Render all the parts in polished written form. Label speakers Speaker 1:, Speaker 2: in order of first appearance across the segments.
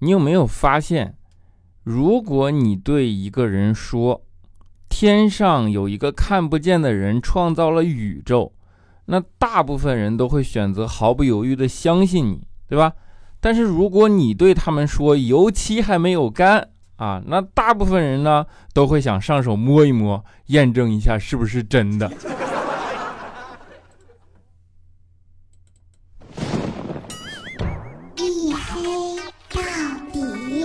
Speaker 1: 你有没有发现，如果你对一个人说天上有一个看不见的人创造了宇宙，那大部分人都会选择毫不犹豫的相信你，对吧？但是如果你对他们说油漆还没有干啊，那大部分人呢都会想上手摸一摸，验证一下是不是真的。
Speaker 2: 一黑到底。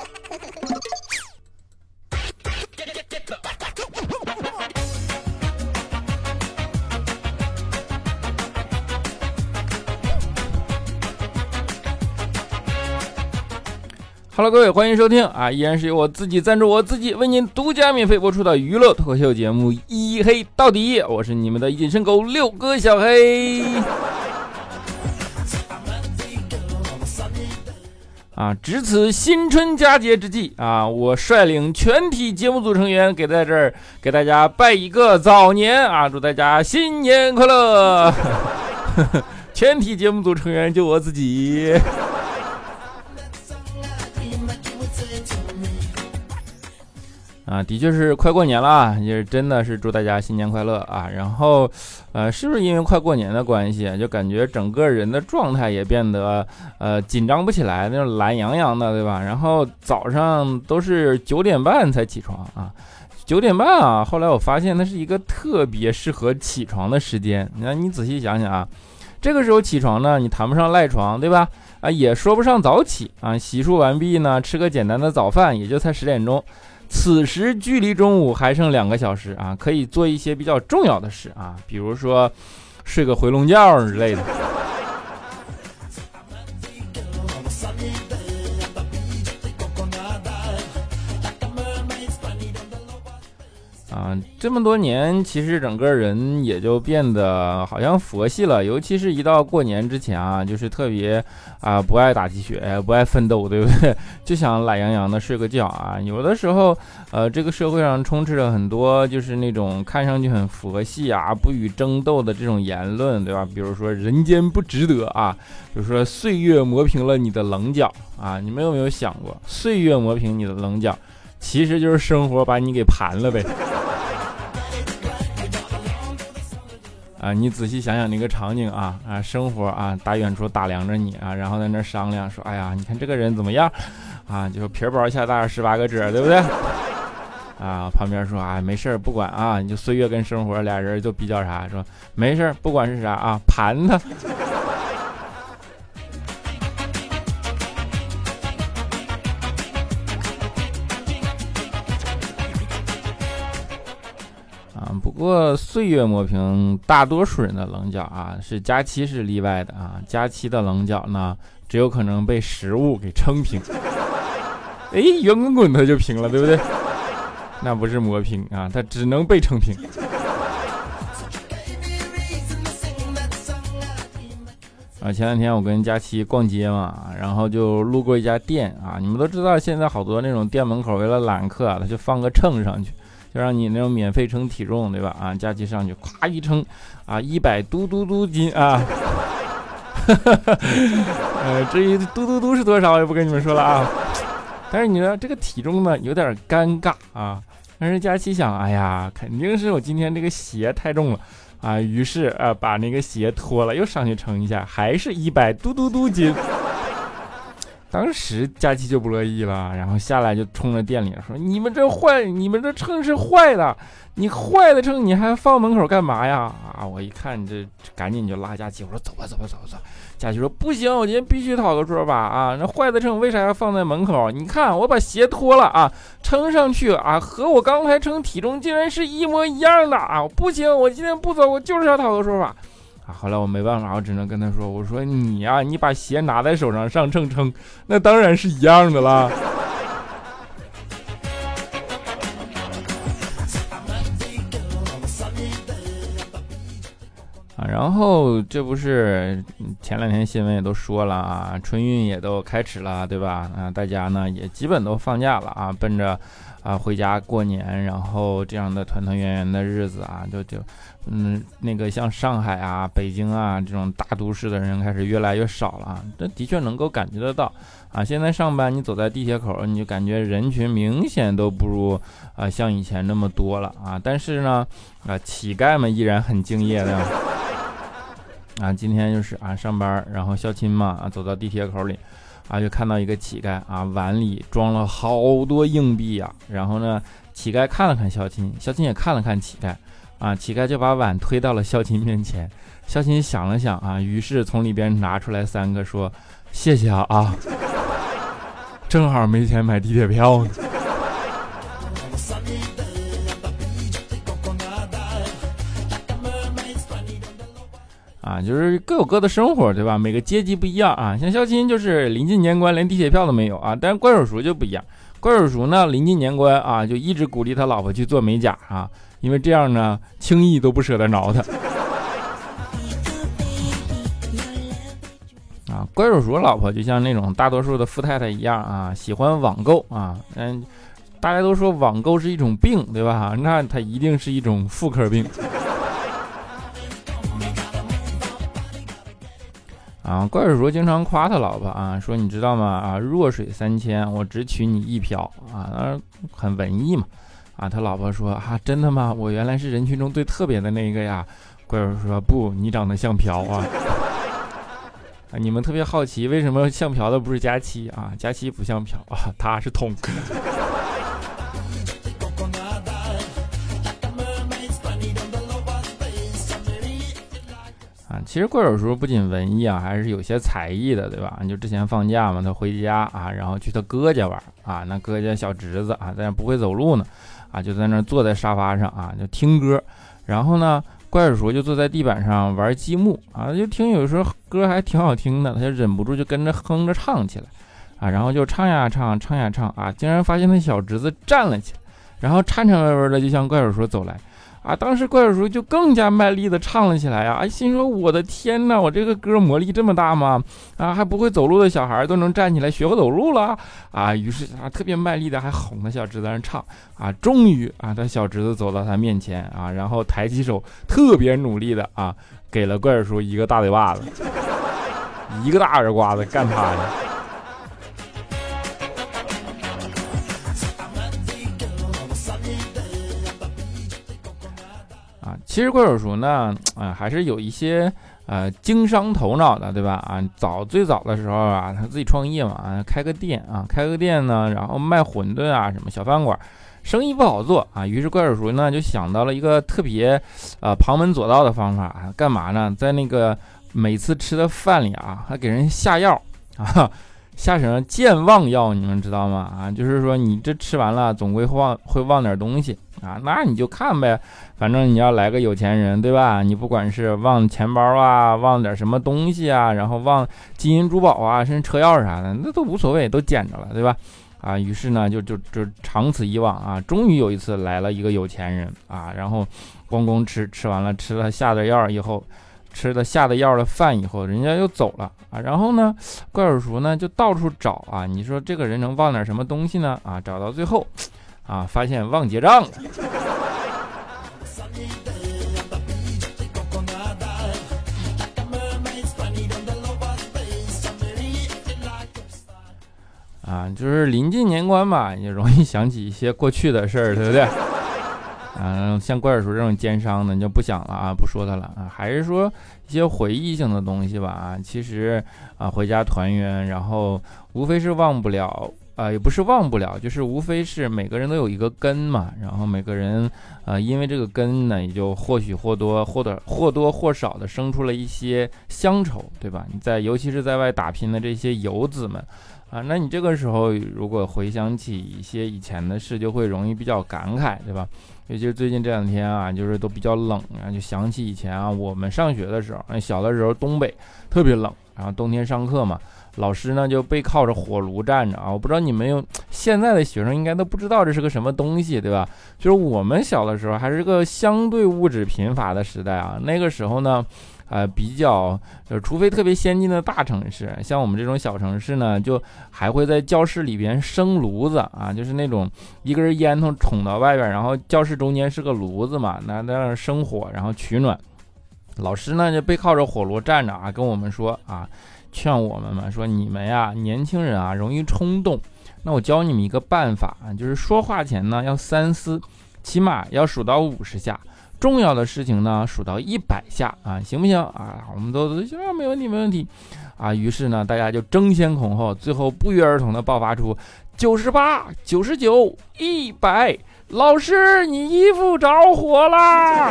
Speaker 1: Hello， 各位，欢迎收听啊！依然是由我自己赞助我自己，为您独家免费播出的娱乐脱口秀节目《一黑到底》，我是你们的隐身狗六哥小黑。啊，值此新春佳节之际啊，我率领全体节目组成员在这儿给大家拜一个早年啊，祝大家新年快乐！全体节目组成员就我自己。啊，的确是快过年了，也是真的是祝大家新年快乐啊！然后，是不是因为快过年的关系，就感觉整个人的状态也变得紧张不起来，那种懒洋洋的，对吧？然后早上都是9点半才起床啊，9点半啊。后来我发现那是一个特别适合起床的时间。你仔细想想啊，这个时候起床呢，你谈不上赖床，对吧？啊，也说不上早起啊。洗漱完毕呢，吃个简单的早饭，也就才10点钟。此时距离中午还剩2个小时啊，可以做一些比较重要的事啊，比如说睡个回笼觉之类的。这么多年，其实整个人也就变得好像佛系了，尤其是一到过年之前啊，就是特别不爱打鸡血，不爱奋斗，对不对？就想懒洋洋的睡个觉啊。有的时候，这个社会上充斥着很多就是那种看上去很佛系啊、不与争斗的这种言论，对吧？比如说人间不值得啊，比如说岁月磨平了你的棱角啊，你们有没有想过，岁月磨平你的棱角，其实就是生活把你给盘了呗。你仔细想想那个场景啊，生活啊，打远处打量着你啊，然后在那商量说，哎呀，你看这个人怎么样啊？就皮包下大18个褶，对不对？啊，旁边说啊，没事不管啊，你就岁月跟生活俩人就比较啥，说没事不管是啥啊，盘他。不过岁月磨平大多数人的棱角啊，是佳期是例外的啊。佳期的棱角呢，只有可能被食物给撑平。圆滚滚的就平了，对不对？那不是磨平啊，它只能被撑平。前两天我跟佳期逛街嘛，然后就路过一家店啊。你们都知道，现在好多那种店门口为了揽客啊，他就放个秤上去。就让你那种免费称体重，对吧？啊，佳期上去咵一称啊，100嘟斤啊。至于嘟是多少，我也不跟你们说了啊。但是你说这个体重呢，有点尴尬啊。但是佳期想，哎呀，肯定是我今天这个鞋太重了啊，于是把那个鞋脱了，又上去称一下，还是100嘟斤。当时佳期就不乐意了，然后下来就冲着店里说，你们这秤是坏的，你坏的秤你还放门口干嘛呀？啊，我一看这赶紧就拉佳期，我说走吧。佳期说不行，我今天必须讨个说法啊，那坏的秤为啥要放在门口？你看我把鞋脱了啊，称上去啊，和我刚才称体重竟然是一模一样的啊，不行，我今天不走，我就是要讨个说法。后来我没办法，我只能跟他说，我说你呀，你把鞋拿在手上上秤称，那当然是一样的啦。 然后这不是前2天新闻也都说了啊，春运也都开始了，对吧？大家呢也基本都放假了啊，奔着回家过年，然后这样的团团圆圆的日子啊，那个像上海啊、北京啊这种大都市的人开始越来越少了啊，这的确能够感觉得到啊。现在上班你走在地铁口，你就感觉人群明显都不如像以前那么多了啊，但是呢乞丐们依然很敬业的。今天就是上班，然后校亲嘛走到地铁口里就看到一个乞丐碗里装了好多硬币然后呢乞丐看了看校亲，校亲也看了看乞丐乞丐就把碗推到了校亲面前，校亲想了想于是从里边拿出来3个说谢谢正好没钱买地铁票呢。就是各有各的生活，对吧？每个阶级不一样像校亲就是临近年关连地铁票都没有但是怪叔叔就不一样，怪叔叔呢临近年关就一直鼓励他老婆去做美甲因为这样呢轻易都不舍得挠他怪叔叔老婆就像那种大多数的富太太一样喜欢网购大家都说网购是一种病，对吧？那它一定是一种妇科病怪叔叔经常夸他老婆说你知道吗弱水3000，我只娶你1瓢很文艺嘛他老婆说真的吗？我原来是人群中最特别的那个呀。怪叔叔说不，你长得像瓢你们特别好奇为什么像瓢的不是佳期佳期不像瓢他是桶其实怪叔叔不仅文艺还是有些才艺的，对吧？就之前放假嘛，他回家然后去他哥家玩那哥家小侄子在那不会走路呢就在那坐在沙发上就听歌，然后呢怪叔叔就坐在地板上玩积木就听有时候歌还挺好听的，他就忍不住就跟着哼着唱起来然后就唱呀唱竟然发现他小侄子站了起来，然后颤颤巍巍的就向怪叔叔走来当时怪叔叔就更加卖力的唱了起来心说我的天哪，我这个歌魔力这么大吗？还不会走路的小孩都能站起来学会走路了于是特别卖力的还哄他小侄子在那唱终于他小侄子走到他面前然后抬起手特别努力的给了怪叔叔一个大嘴巴子一个大耳刮子干他呀其实怪叔叔呢还是有一些经商头脑的，对吧最早的时候他自己创业嘛开个店呢，然后卖馄饨什么小饭馆，生意不好做于是怪叔叔呢就想到了一个特别旁门左道的方法干嘛呢？在那个每次吃的饭里还给人下药下什么健忘药，你们知道吗就是说你这吃完了总归会忘点东西那你就看呗，反正你要来个有钱人，对吧？你不管是忘钱包忘点什么东西然后忘金银珠宝甚至车钥匙啥的，那都无所谓，都捡着了，对吧？于是呢就长此以往终于有一次来了一个有钱人然后光吃完了吃了下的药以后，吃了下的药的饭以后，人家又走了然后呢怪叔叔呢就到处找你说这个人能忘点什么东西呢找到最后发现忘结账了就是临近年关嘛，也容易想起一些过去的事儿，对不对？像怪叔叔这种奸商的，你就不想了不说他了还是说一些回忆性的东西吧其实回家团圆，然后无非是忘不了也不是忘不了，就是无非是每个人都有一个根嘛，然后每个人因为这个根呢，也就或许或多或少的生出了一些乡愁，对吧？尤其是在外打拼的这些游子们那你这个时候如果回想起一些以前的事，就会容易比较感慨，对吧？尤其是最近这2天就是都比较冷就想起以前我们上学的时候，小的时候东北特别冷，然后冬天上课嘛，老师呢就背靠着火炉站着我不知道你们现在的学生应该都不知道这是个什么东西，对吧？就是我们小的时候还是个相对物质贫乏的时代那个时候呢， 比较除非特别先进的大城市，像我们这种小城市呢，就还会在教室里边生炉子啊，就是那种一根烟囱捅到外边，然后教室中间是个炉子嘛，那样生火，然后取暖。老师呢就背靠着火炉站着啊，跟我们说啊，劝我们嘛，说你们呀，年轻人啊，容易冲动。那我教你们一个办法啊，就是说话前呢要三思，起码要数到50下。重要的事情呢，数到100下啊，行不行啊？我们都行，没问题，没问题啊。于是呢，大家就争先恐后，最后不约而同的爆发出98、99、100。老师，你衣服着火啦！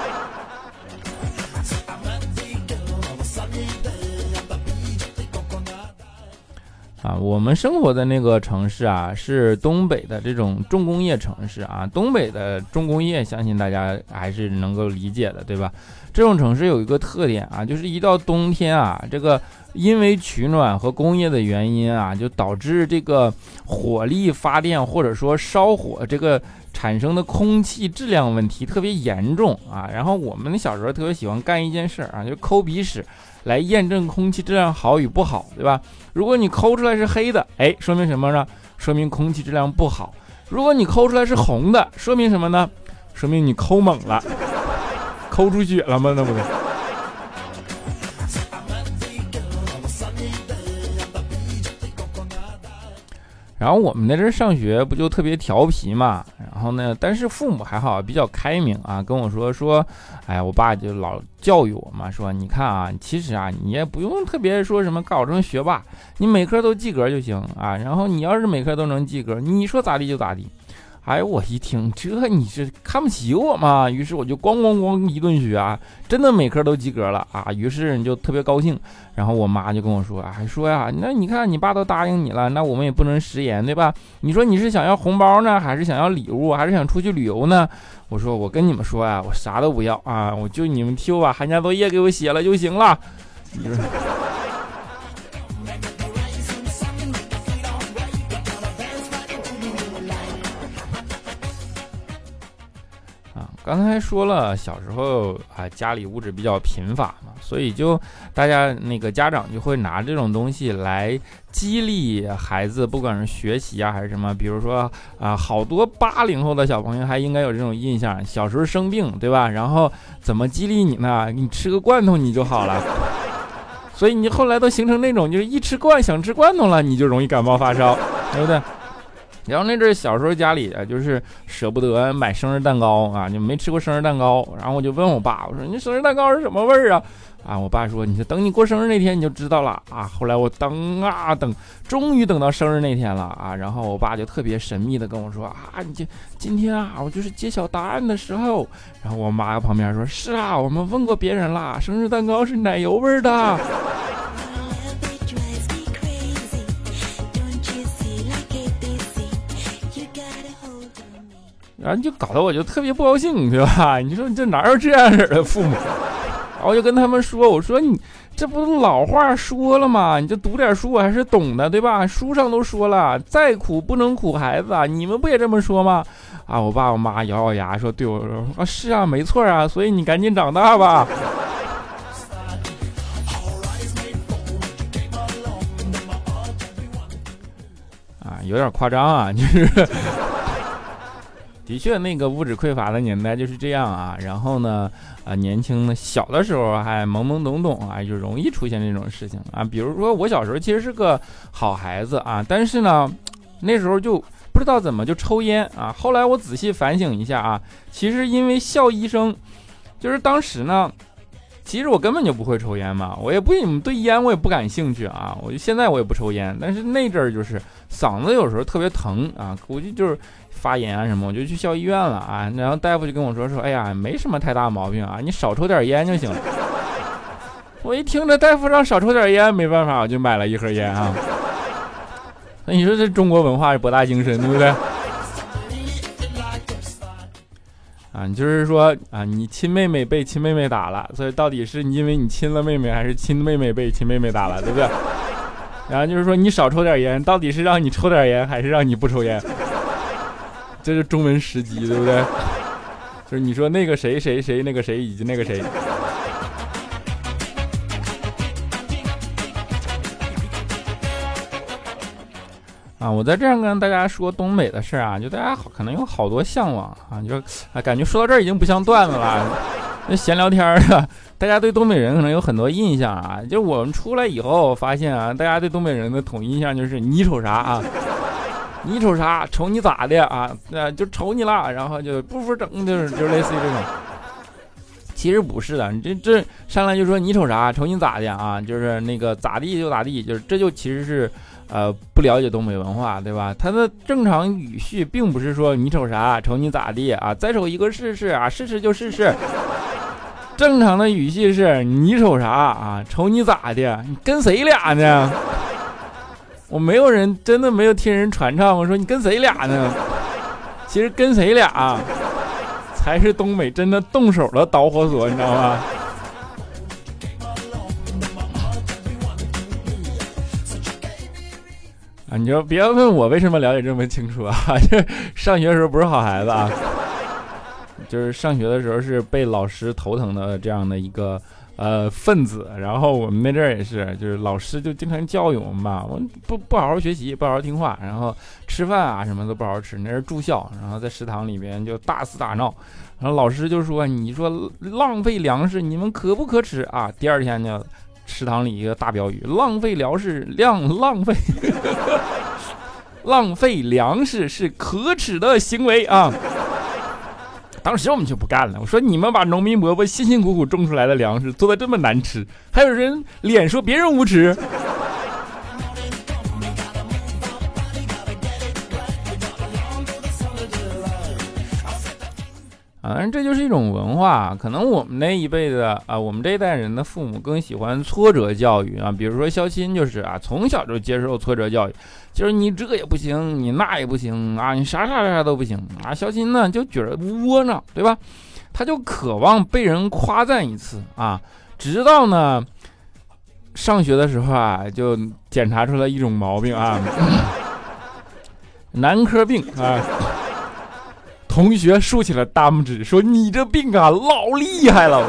Speaker 1: 我们生活的那个城市啊，是东北的这种重工业城市啊。东北的重工业，相信大家还是能够理解的，对吧？这种城市有一个特点啊，就是一到冬天啊，这个因为取暖和工业的原因啊，就导致这个火力发电或者说烧火这个产生的空气质量问题特别严重啊。然后我们小时候特别喜欢干一件事啊，就抠鼻屎来验证空气质量好与不好，对吧？如果你抠出来是黑的，说明什么呢？说明空气质量不好。如果你抠出来是红的，说明什么呢？说明你抠猛了，抠出血了吗？那不对。然后我们在这上学不就特别调皮嘛，然后呢，但是父母还好，比较开明啊，跟我说，哎呀，我爸就老教育我嘛，说你看啊，其实啊，你也不用特别说什么搞成学霸，你每科都及格就行啊。然后你要是每科都能及格，你说咋地就咋地。哎，我一听这你是看不起我吗？于是我就咣一顿学啊，真的每科都及格了啊。于是你就特别高兴，然后我妈就跟我说，还说呀，那你看你爸都答应你了，那我们也不能食言，对吧？你说你是想要红包呢，还是想要礼物，还是想出去旅游呢？我说我跟你们说呀，我啥都不要啊，我就你们替我把寒假作业给我写了就行了。你说。刚才说了，小时候啊，家里物质比较贫乏嘛，所以就大家那个家长就会拿这种东西来激励孩子，不管是学习啊还是什么。比如说啊，好多80后的小朋友还应该有这种印象，小时候生病，对吧？然后怎么激励你呢？你吃个罐头你就好了。所以你后来都形成那种，就是一想吃罐头了，你就容易感冒发烧，对不对？然后那阵小时候家里就是舍不得买生日蛋糕啊，就没吃过生日蛋糕。然后我就问我爸，我说你生日蛋糕是什么味儿啊？啊，我爸说你等你过生日那天你就知道了啊。后来我等，终于等到生日那天了啊。然后我爸就特别神秘的跟我说啊，今天啊，我就是揭晓答案的时候。然后我妈旁边说，是啊，我们问过别人啦，生日蛋糕是奶油味的。然后就搞得我就特别不高兴，对吧？你说你这哪有这样式的父母？然后我就跟他们说，我说你这不老话说了吗？你这读点书还是懂的，对吧？书上都说了，再苦不能苦孩子啊，你们不也这么说吗？啊，我爸我妈咬牙说，对我说啊，是啊，没错啊，所以你赶紧长大吧。啊，有点夸张啊，就是的确那个物质匮乏的年代就是这样啊。然后呢年轻的小的时候还懵懵懂懂啊，就容易出现这种事情啊。比如说我小时候其实是个好孩子啊，但是呢那时候就不知道怎么就抽烟啊。后来我仔细反省一下啊，其实因为校医生，就是当时呢其实我根本就不会抽烟嘛，我也不对烟我也不感兴趣啊。现在我也不抽烟，但是那阵儿就是嗓子有时候特别疼啊，估计就是发炎啊什么，我就去校医院了啊。然后大夫就跟我说，哎呀，没什么太大毛病啊，你少抽点烟就行了。我一听这大夫让少抽点烟，没办法，我就买了一盒烟啊。那你说这中国文化是博大精深，对不对？啊，就是说啊，你亲妹妹被亲妹妹打了，所以到底是因为你亲了妹妹，还是亲妹妹被亲妹妹打了，对不对？然后就是说你少抽点烟，到底是让你抽点烟，还是让你不抽烟？这是中文十级，对不对？就是你说那个谁谁谁那个谁以及那个谁。 啊，我在这样跟大家说东北的事啊，就大家可能有好多向往啊，就感觉说到这儿已经不像段子了，那闲聊天啊，大家对东北人可能有很多印象啊。就我们出来以后发现啊，大家对东北人的统一印象就是你瞅啥啊，你瞅啥，瞅你咋的啊，就瞅你了，然后就不服整，就是类似于这种。其实不是的，你这上来就说你瞅啥，瞅你咋的啊，就是那个咋地就咋地，就是这就其实是不了解东北文化，对吧？它的正常语序并不是说你瞅啥，瞅你咋地啊，再瞅一个试试啊，试试就试试。正常的语系是你瞅啥啊，瞅你咋的，你跟谁俩呢？我真的没有听人传唱，我说你跟谁俩呢？其实跟谁俩才是东北真的动手的导火索，你知道吗？啊，你就别问我为什么了解这么清楚啊，就是上学的时候不是好孩子啊，就是上学的时候是被老师头疼的这样的一个分子。然后我们那阵儿也是，就是老师就经常教育我们吧，我们不好好学习，不好好听话，然后吃饭啊什么都不好好吃。那是住校，然后在食堂里面就大肆打闹，然后老师就说：“你说浪费粮食，你们可不可耻啊？”第二天呢，食堂里一个大标语：“浪费粮食，浪费粮食是可耻的行为啊！”当时我们就不干了，我说：“你们把农民伯伯辛辛苦苦种出来的粮食做得这么难吃，还有人脸说别人无耻。”当然这就是一种文化，可能我们那一辈的我们这一代人的父母更喜欢挫折教育啊，比如说肖钦就是从小就接受挫折教育，就是你这也不行，你那也不行啊，你啥都不行啊。肖钦呢就觉得窝囊，对吧？他就渴望被人夸赞一次啊，直到呢上学的时候就检查出了一种毛病啊，男科病啊。同学竖起了大拇指说：“你这病老厉害了。”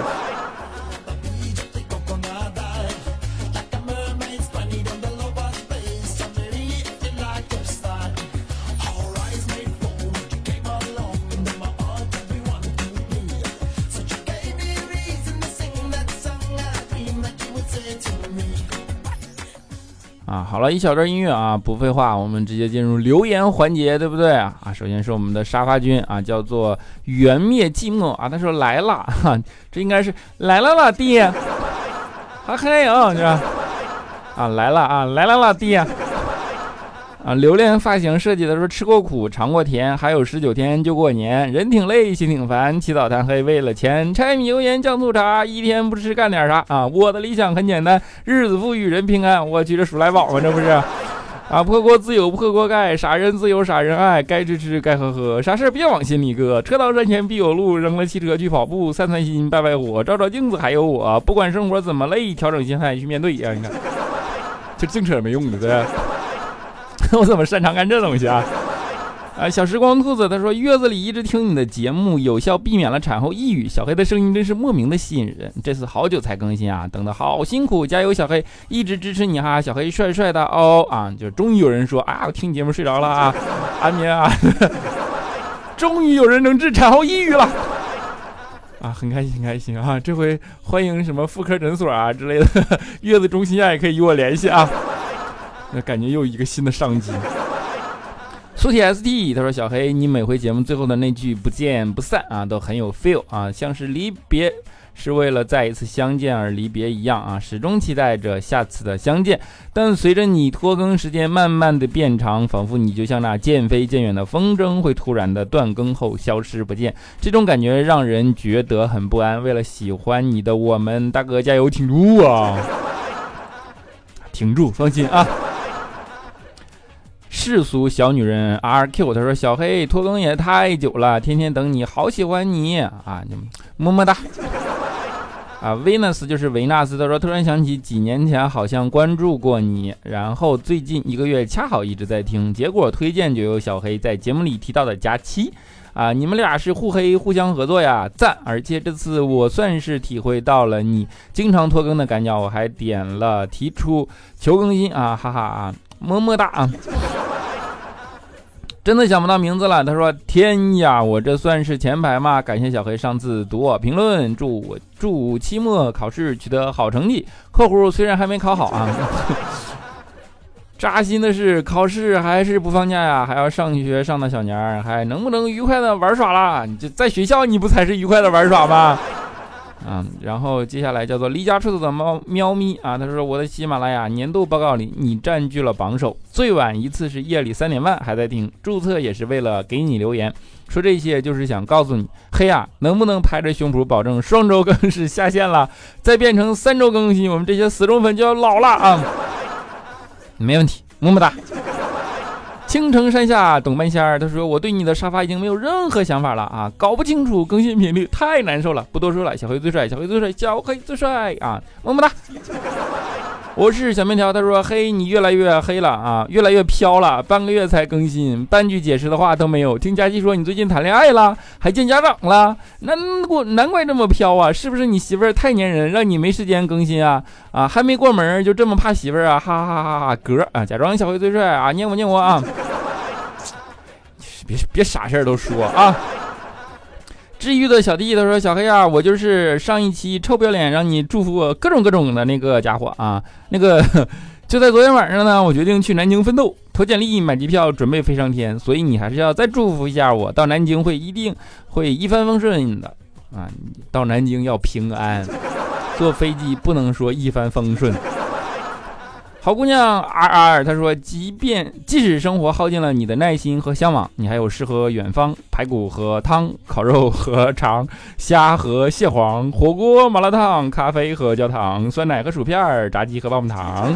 Speaker 1: 好了，一小段音乐不废话，我们直接进入留言环节，对不对首先是我们的沙发君叫做缘灭寂寞他说来了这应该是来了老弟还有是吧来了来了老弟留恋发型设计的说吃过苦尝过甜，还有19天就过年，人挺累心挺烦，起早贪黑为了钱，柴米油盐酱醋茶，一天不吃干点啥我的理想很简单，日子富裕人平安。我去，这数来宝吗？这不是破锅自有破锅盖，傻人自有傻人爱，该吃吃该喝喝，啥事别往心里搁，车到山前必有路，扔了汽车去跑步，散心拜拜火，照照镜子还有我，不管生活怎么累，调整心态去面对你看就净扯没用的对我怎么擅长干这东西小时光兔子他说月子里一直听你的节目，有效避免了产后抑郁，小黑的声音真是莫名的吸引人，这次好久才更新等得好辛苦，加油小黑，一直支持你小黑帅帅的就终于有人说我听节目睡着了安眠终于有人能治产后抑郁了很开心这回欢迎什么妇科诊所之类的月子中心也可以与我联系那感觉又一个新的商机。苏铁 ST 他说小黑，你每回节目最后的那句不见不散都很有 feel 像是离别是为了再一次相见而离别一样始终期待着下次的相见，但随着你拖更时间慢慢的变长，仿佛你就像那渐飞渐远的风筝，会突然的断更后消失不见，这种感觉让人觉得很不安。为了喜欢你的我们，大哥加油挺住挺住放心世俗小女人 RQ 他说小黑拖更也太久了，天天等你，好喜欢你么么哒Venus 就是维纳斯他说突然想起几年前好像关注过你，然后最近1个月恰好一直在听，结果推荐就有小黑在节目里提到的假期你们俩是互黑互相合作呀，赞！而且这次我算是体会到了你经常拖更的感觉，我还点了提出求更新哈哈么么哒真的想不到名字了。他说：天呀，我这算是前排吗？感谢小黑上次读我评论，祝期末考试取得好成绩。括弧虽然还没考好啊。扎心的是考试还是不放假呀，还要上学上到小年儿，还能不能愉快的玩耍啦？你这在学校你不才是愉快的玩耍吗？然后接下来叫做离家出走的喵咪啊，他说我的喜马拉雅年度报告里你占据了榜首，最晚一次是夜里3点半还在听，注册也是为了给你留言，说这些就是想告诉你，黑呀，能不能拍着胸脯保证双周更是下线了，再变成3周更新，我们这些死忠粉就要老了啊！没问题，么么哒。青城山下董半仙儿，他说我对你的沙发已经没有任何想法了啊，搞不清楚更新频率，太难受了。不多说了，小黑最帅，小黑最帅，小黑最帅啊，么么哒。我是小面条，他说黑你越来越黑了啊，越来越飘了，半个月才更新，半句解释的话都没有。听佳琪说你最近谈恋爱了，还见家长了，难怪这么飘啊，是不是你媳妇儿太粘人，让你没时间更新啊？啊，还没过门就这么怕媳妇儿啊？哈哈哈哈！哥啊，假装小黑最帅啊，念我啊！别傻事儿都说啊。治愈的小弟他说小黑啊，我就是上一期臭不要脸让你祝福我各种的那个家伙啊，那个就在昨天晚上呢，我决定去南京奋斗，投简历买机票准备飞上天，所以你还是要再祝福一下我，到南京一定会一帆风顺的啊，到南京要平安，坐飞机不能说一帆风顺。好姑娘 RR 她说即使生活耗尽了你的耐心和向往，你还有诗和远方，排骨和汤，烤肉和肠，虾和蟹黄，火锅麻辣烫，咖啡和焦糖，酸奶和薯片，炸鸡和棒棒糖。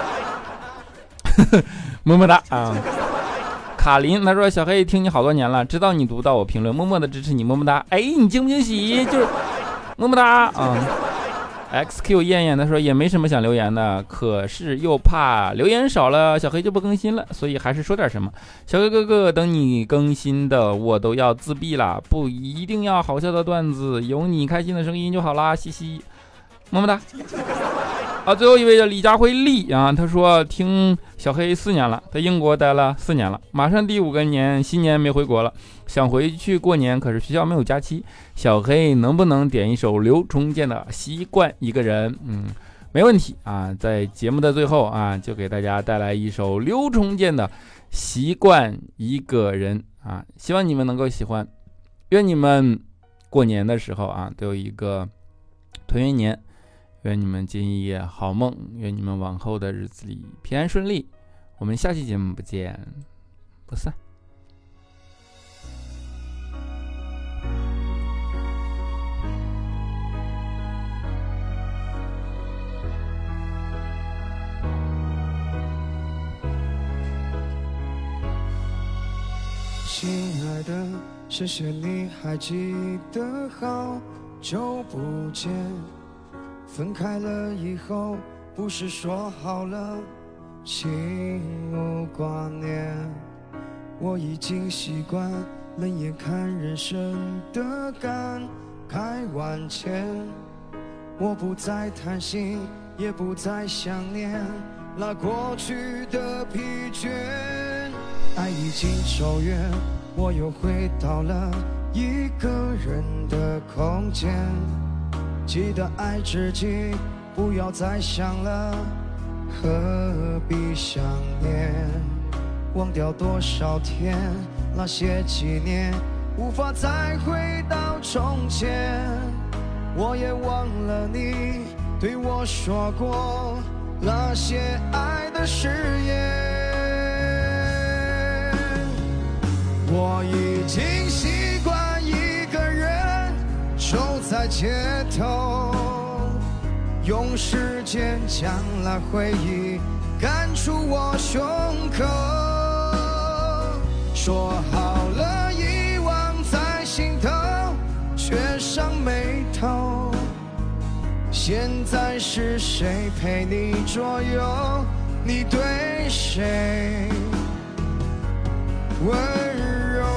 Speaker 1: 么么哒啊。卡林他说小黑听你好多年了，知道你读到我评论，默默的支持你，么么哒。哎，你惊不惊喜？就是么么哒啊。XQ 燕燕他说也没什么想留言的，可是又怕留言少了小黑就不更新了，所以还是说点什么。小黑哥哥，等你更新的我都要自闭了，不一定要好笑的段子，有你开心的声音就好啦，嘻嘻，么么哒。最后一位叫李佳辉丽啊，他说听小黑4年了，在英国待了4年了，马上第5个年，新年没回国了，想回去过年，可是学校没有假期，小黑能不能点一首刘崇建的习惯一个人？没问题啊，在节目的最后啊，就给大家带来一首刘崇建的习惯一个人啊，希望你们能够喜欢，愿你们过年的时候啊都有一个团圆年，愿你们今夜好梦，愿你们往后的日子里平安顺利。我们下期节目不见不散。
Speaker 3: 亲爱的，谢谢你还记得好久不见，分开了以后不是说好了心无挂念，我已经习惯冷眼看人生的感慨万千，我不再贪心也不再想念那过去的疲倦，爱已经走远，我又回到了一个人的空间，记得爱自己，不要再想了，何必想念，忘掉多少天，那些纪念无法再回到从前，我也忘了你对我说过那些爱的誓言，我已经习惯一个人走在街头，用时间将那回忆赶出我胸口，说好了遗忘在心头，却上眉头，现在是谁陪你左右，你对谁温柔。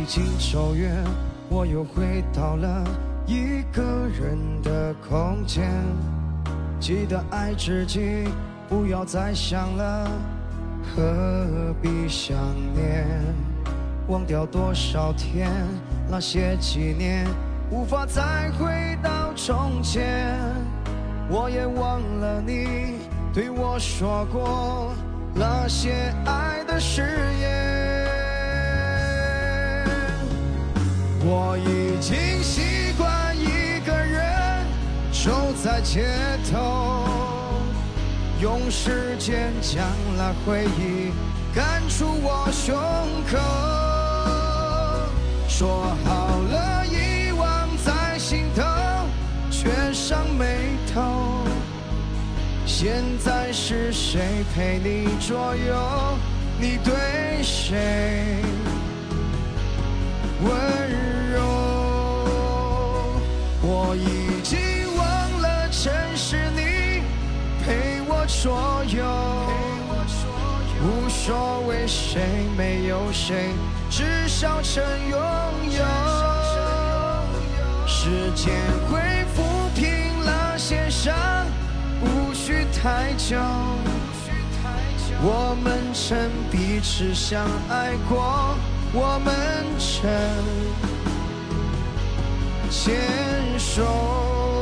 Speaker 3: 经走远，我又回到了一个人的空间。记得爱自己，不要再想了，何必想念？忘掉多少天，那些纪念无法再回到从前。我也忘了你对我说过那些爱的誓言。我已经习惯一个人走在街头，用时间将那回忆赶出我胸口。说好了遗忘在心头，却上眉头。现在是谁陪你左右？你对谁温柔？我已经忘了曾是你陪我左右，无所谓谁没有谁，至少曾拥有。时间会抚平那些伤，无需太久。我们曾彼此相爱过，我们曾牵手。